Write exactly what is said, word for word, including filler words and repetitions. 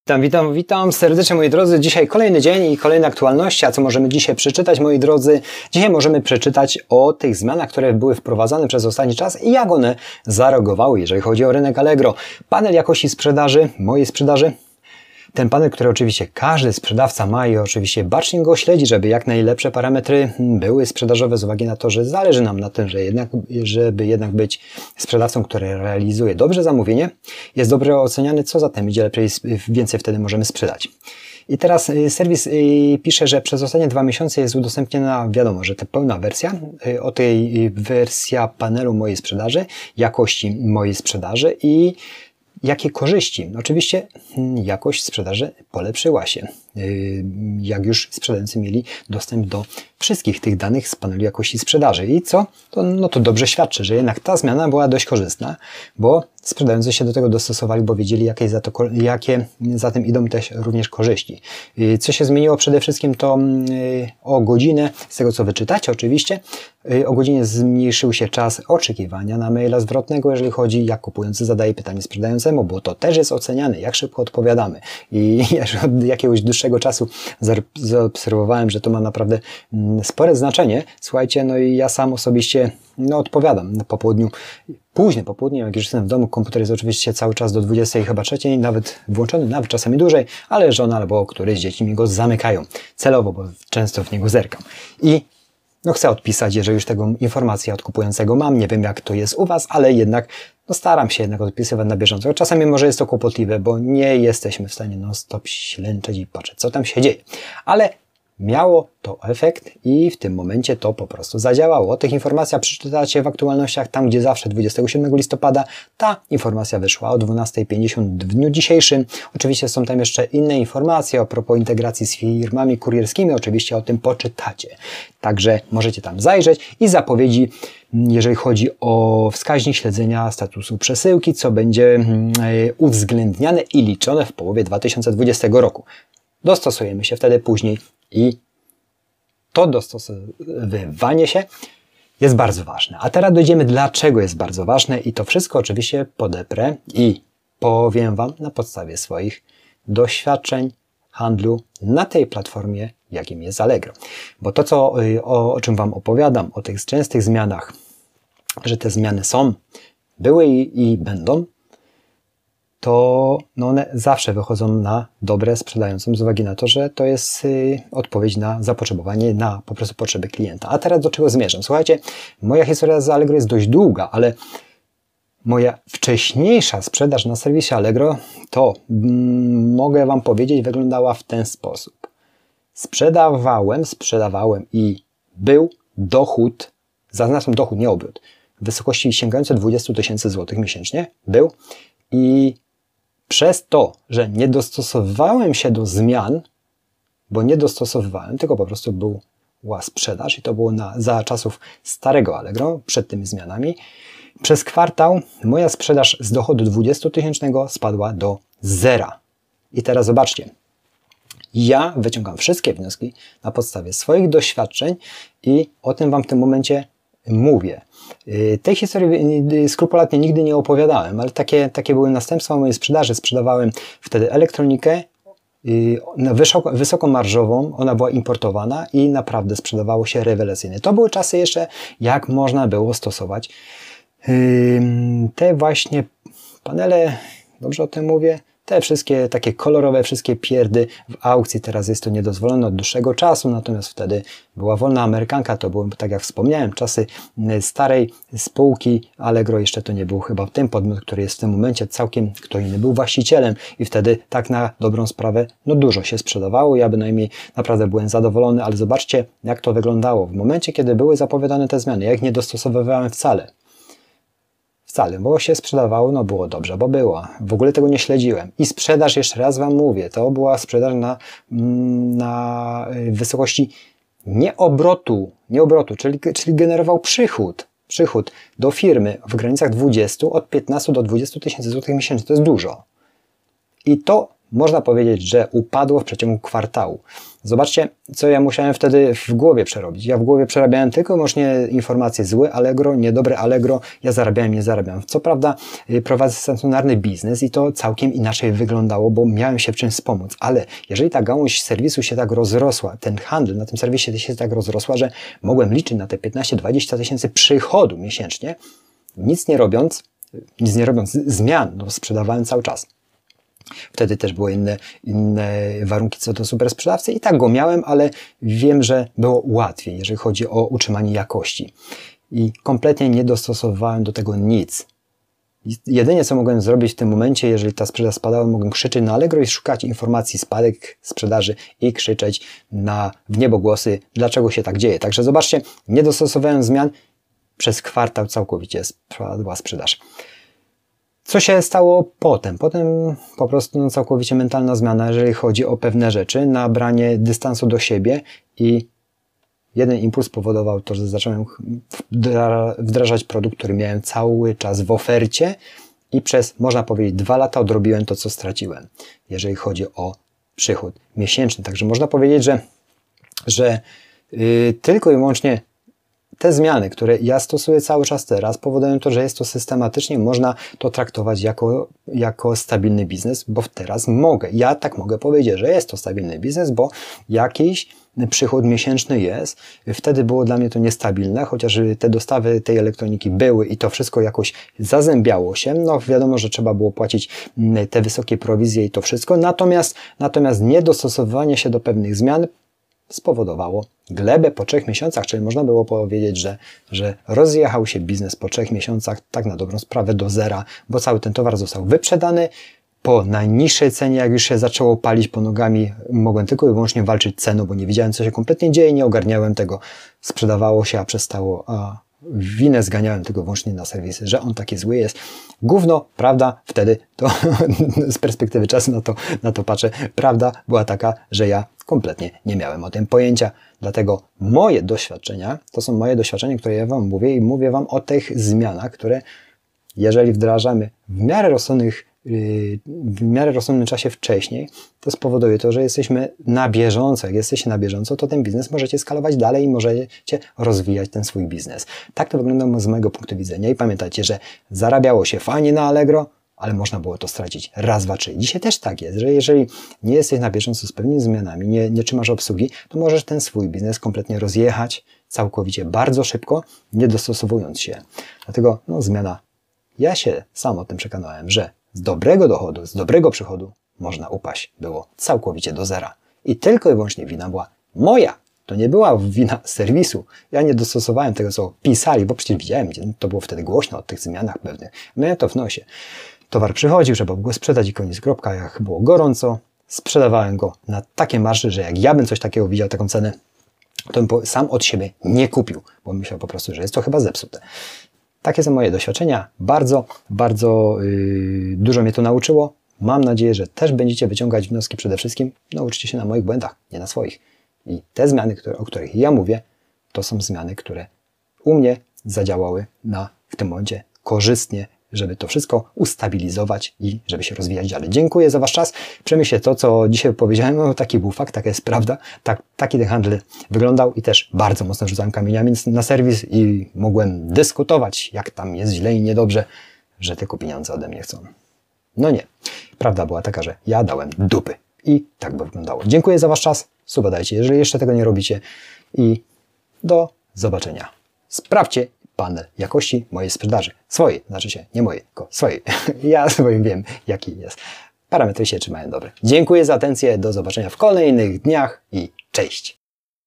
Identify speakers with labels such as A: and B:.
A: Witam, witam, witam serdecznie moi drodzy. Dzisiaj kolejny dzień i kolejne aktualności. A co możemy dzisiaj przeczytać, moi drodzy? Dzisiaj możemy przeczytać o tych zmianach, które były wprowadzane przez ostatni czas i jak one zareagowały, jeżeli chodzi o rynek Allegro. Panel jakości sprzedaży, mojej sprzedaży. Ten panel, który oczywiście każdy sprzedawca ma i oczywiście bacznie go śledzi, żeby jak najlepsze parametry były sprzedażowe z uwagi na to, że zależy nam na tym, że jednak, żeby jednak być sprzedawcą, który realizuje dobrze zamówienie, jest dobrze oceniany, co zatem idzie lepiej, więcej wtedy możemy sprzedać. I teraz serwis pisze, że przez ostatnie dwa miesiące jest udostępniona, wiadomo, że to pełna wersja, o tej wersja panelu mojej sprzedaży, jakości mojej sprzedaży i jakie korzyści? Oczywiście jakość sprzedaży polepszyła się, jak już sprzedający mieli dostęp do wszystkich tych danych z panelu jakości sprzedaży. I co? To, no to dobrze świadczy, że jednak ta zmiana była dość korzystna, bo sprzedający się do tego dostosowali, bo wiedzieli, jakie za, to, jakie za tym idą też również korzyści. Co się zmieniło przede wszystkim to o godzinę, z tego co wyczytacie oczywiście, o godzinę zmniejszył się czas oczekiwania na maila zwrotnego, jeżeli chodzi, jak kupujący zadaje pytanie sprzedającemu, bo to też jest oceniane, jak szybko odpowiadamy. I od jakiegoś dłuższego czasu zaobserwowałem, że to ma naprawdę spore znaczenie. Słuchajcie, no i ja sam osobiście no, odpowiadam na popołudniu. Później po południu, jak już jestem w domu, komputer jest oczywiście cały czas do dwudziestej, chyba trzeciej, nawet włączony, nawet czasami dłużej, ale żona albo któryś z dzieci mi go zamykają celowo, bo często w niego zerkam. I no chcę odpisać, jeżeli już tego informację od kupującego mam. Nie wiem, jak to jest u Was, ale jednak no staram się jednak odpisywać na bieżąco. Czasami może jest to kłopotliwe, bo nie jesteśmy w stanie non-stop ślęczeć i patrzeć, co tam się dzieje. Ale miało to efekt i w tym momencie to po prostu zadziałało. O tych informacjach przeczytacie w aktualnościach, tam gdzie zawsze dwudziestego siódmego listopada. Ta informacja wyszła o dwunastej pięćdziesiąt w dniu dzisiejszym. Oczywiście są tam jeszcze inne informacje a propos integracji z firmami kurierskimi. Oczywiście o tym poczytacie. Także możecie tam zajrzeć i zapowiedzi, jeżeli chodzi o wskaźnik śledzenia statusu przesyłki, co będzie uwzględniane i liczone w połowie dwa tysiące dwudziestego roku. Dostosujemy się wtedy później i to dostosowywanie się jest bardzo ważne. A teraz dojdziemy, dlaczego jest bardzo ważne i to wszystko oczywiście podeprę i powiem Wam na podstawie swoich doświadczeń handlu na tej platformie, jakim jest Allegro. Bo to, co, o, o czym Wam opowiadam, o tych częstych zmianach, że te zmiany są, były i, i będą, to no one zawsze wychodzą na dobre sprzedającym z uwagi na to, że to jest y, odpowiedź na zapotrzebowanie, na po prostu potrzeby klienta. A teraz do czego zmierzam? Słuchajcie, moja historia z Allegro jest dość długa, ale moja wcześniejsza sprzedaż na serwisie Allegro to mm, mogę Wam powiedzieć, wyglądała w ten sposób. Sprzedawałem, sprzedawałem i był dochód, zaznaczam dochód, nie obrót, w wysokości sięgający dwadzieścia tysięcy złotych miesięcznie był i przez to, że nie dostosowywałem się do zmian, bo nie dostosowywałem, tylko po prostu była sprzedaż i to było na, za czasów starego Allegro, przed tymi zmianami, przez kwartał moja sprzedaż z dochodu dwudziestotysięcznego spadła do zera. I teraz zobaczcie, ja wyciągam wszystkie wnioski na podstawie swoich doświadczeń i o tym Wam w tym momencie mówię. Tej historii skrupulatnie nigdy nie opowiadałem, ale takie, takie były następstwa mojej sprzedaży. Sprzedawałem wtedy elektronikę wysoko, wysokomarżową, ona była importowana i naprawdę sprzedawało się rewelacyjnie. To były czasy jeszcze, jak można było stosować te właśnie panele, dobrze o tym mówię, te wszystkie takie kolorowe, wszystkie pierdy w aukcji. Teraz jest to niedozwolone od dłuższego czasu, natomiast wtedy była wolna amerykanka, to były, tak jak wspomniałem, czasy starej spółki Allegro, jeszcze to nie był chyba ten podmiot, który jest w tym momencie całkiem, kto inny był właścicielem i wtedy tak na dobrą sprawę, no dużo się sprzedawało, ja bynajmniej naprawdę byłem zadowolony, ale zobaczcie, jak to wyglądało w momencie, kiedy były zapowiadane te zmiany, ja ich nie dostosowywałem wcale. Wcale, bo się sprzedawało, no było dobrze, bo było. W ogóle tego nie śledziłem. I sprzedaż, jeszcze raz Wam mówię, to była sprzedaż na, na wysokości nie obrotu, nie obrotu, czyli, czyli generował przychód, przychód do firmy w granicach dwudziestu, od piętnastu do dwudziestu tysięcy złotych miesięcznie. To jest dużo. I to można powiedzieć, że upadło w przeciągu kwartału. Zobaczcie, co ja musiałem wtedy w głowie przerobić. Ja w głowie przerabiałem tylko i wyłącznie informacje złe Allegro, niedobre Allegro, ja zarabiałem, nie zarabiałem. Co prawda prowadzę stacjonarny biznes i to całkiem inaczej wyglądało, bo miałem się w czymś wspomóc, ale jeżeli ta gałąź serwisu się tak rozrosła, ten handel na tym serwisie się tak rozrosła, że mogłem liczyć na te piętnaście dwadzieścia tysięcy przychodu miesięcznie, nic nie robiąc, nic nie robiąc zmian, no sprzedawałem cały czas. Wtedy też były inne, inne warunki co do super sprzedawcy i tak go miałem, ale wiem, że było łatwiej, jeżeli chodzi o utrzymanie jakości. I kompletnie nie dostosowałem do tego nic. Jedynie co mogłem zrobić w tym momencie, jeżeli ta sprzedaż spadała, mogłem krzyczeć na Allegro i szukać informacji spadek sprzedaży i krzyczeć na, w niebogłosy, dlaczego się tak dzieje. Także zobaczcie, nie dostosowałem zmian, przez kwartał całkowicie spadła sprzedaż. Co się stało potem? Potem po prostu no, całkowicie mentalna zmiana, jeżeli chodzi o pewne rzeczy, nabranie dystansu do siebie i jeden impuls powodował to, że zacząłem wdrażać produkt, który miałem cały czas w ofercie i przez, można powiedzieć, dwa lata odrobiłem to, co straciłem, jeżeli chodzi o przychód miesięczny. Także można powiedzieć, że, że yy, tylko i wyłącznie te zmiany, które ja stosuję cały czas teraz, powodują to, że jest to systematycznie, można to traktować jako, jako stabilny biznes, bo teraz mogę, ja tak mogę powiedzieć, że jest to stabilny biznes, bo jakiś przychód miesięczny jest. Wtedy było dla mnie to niestabilne, chociaż te dostawy tej elektroniki były i to wszystko jakoś zazębiało się. No wiadomo, że trzeba było płacić te wysokie prowizje i to wszystko, natomiast, natomiast niedostosowanie się do pewnych zmian spowodowało glebę po trzech miesiącach, czyli można było powiedzieć, że, że rozjechał się biznes po trzech miesiącach, tak na dobrą sprawę do zera, bo cały ten towar został wyprzedany. Po najniższej cenie, jak już się zaczęło palić po nogami, mogłem tylko i wyłącznie walczyć ceną, bo nie wiedziałem, co się kompletnie dzieje, nie ogarniałem tego. Sprzedawało się, a przestało, a winę zganiałem tylko i wyłącznie na serwisy, że on taki zły jest. Gówno, prawda, wtedy to z perspektywy czasu na to, na to patrzę, prawda była taka, że ja kompletnie nie miałem o tym pojęcia. Dlatego moje doświadczenia, to są moje doświadczenia, które ja Wam mówię i mówię Wam o tych zmianach, które jeżeli wdrażamy w miarę rozsądnych w miarę rozsądnym czasie wcześniej, to spowoduje to, że jesteśmy na bieżąco. Jak jesteście na bieżąco, to ten biznes możecie skalować dalej i możecie rozwijać ten swój biznes. Tak to wygląda z mojego punktu widzenia. I pamiętajcie, że zarabiało się fajnie na Allegro, ale można było to stracić raz, dwa, trzy. Dzisiaj też tak jest, że jeżeli nie jesteś na bieżąco z pewnymi zmianami, nie, nie trzymasz obsługi, to możesz ten swój biznes kompletnie rozjechać całkowicie bardzo szybko, nie dostosowując się. Dlatego no, zmiana. Ja się sam o tym przekonałem, że z dobrego dochodu, z dobrego przychodu można upaść było całkowicie do zera. I tylko i wyłącznie wina była moja. To nie była wina serwisu. Ja nie dostosowałem tego, co pisali, bo przecież widziałem, to było wtedy głośno o tych zmianach pewnych. Miałem to w nosie. Towar przychodził, trzeba było go sprzedać i koniec, kropka. Jak było gorąco, sprzedawałem go na takie marże, że jak ja bym coś takiego widział, taką cenę, to bym sam od siebie nie kupił, bo myślał po prostu, że jest to chyba zepsute. Takie są moje doświadczenia. Bardzo, bardzo yy, dużo mnie to nauczyło. Mam nadzieję, że też będziecie wyciągać wnioski przede wszystkim. Nauczcie się na moich błędach, nie na swoich. I te zmiany, które, o których ja mówię, to są zmiany, które u mnie zadziałały na, w tym momencie korzystnie, żeby to wszystko ustabilizować i żeby się rozwijać dalej. Dziękuję za Wasz czas. Przemyślcie to, co dzisiaj powiedziałem. No, taki był fakt, taka jest prawda. Tak, taki ten handel wyglądał i też bardzo mocno rzucałem kamieniami na serwis i mogłem dyskutować, jak tam jest źle i niedobrze, że tylko pieniądze ode mnie chcą. No nie. Prawda była taka, że ja dałem dupy. I tak by wyglądało. Dziękuję za Wasz czas. Suba dajcie, jeżeli jeszcze tego nie robicie. I do zobaczenia. Sprawdźcie panel jakości mojej sprzedaży. Swojej, znaczy się nie mojej, tylko swojej. Ja swoim wiem, jaki jest. Parametry się trzymają dobre. Dziękuję za atencję. Do zobaczenia w kolejnych dniach i cześć.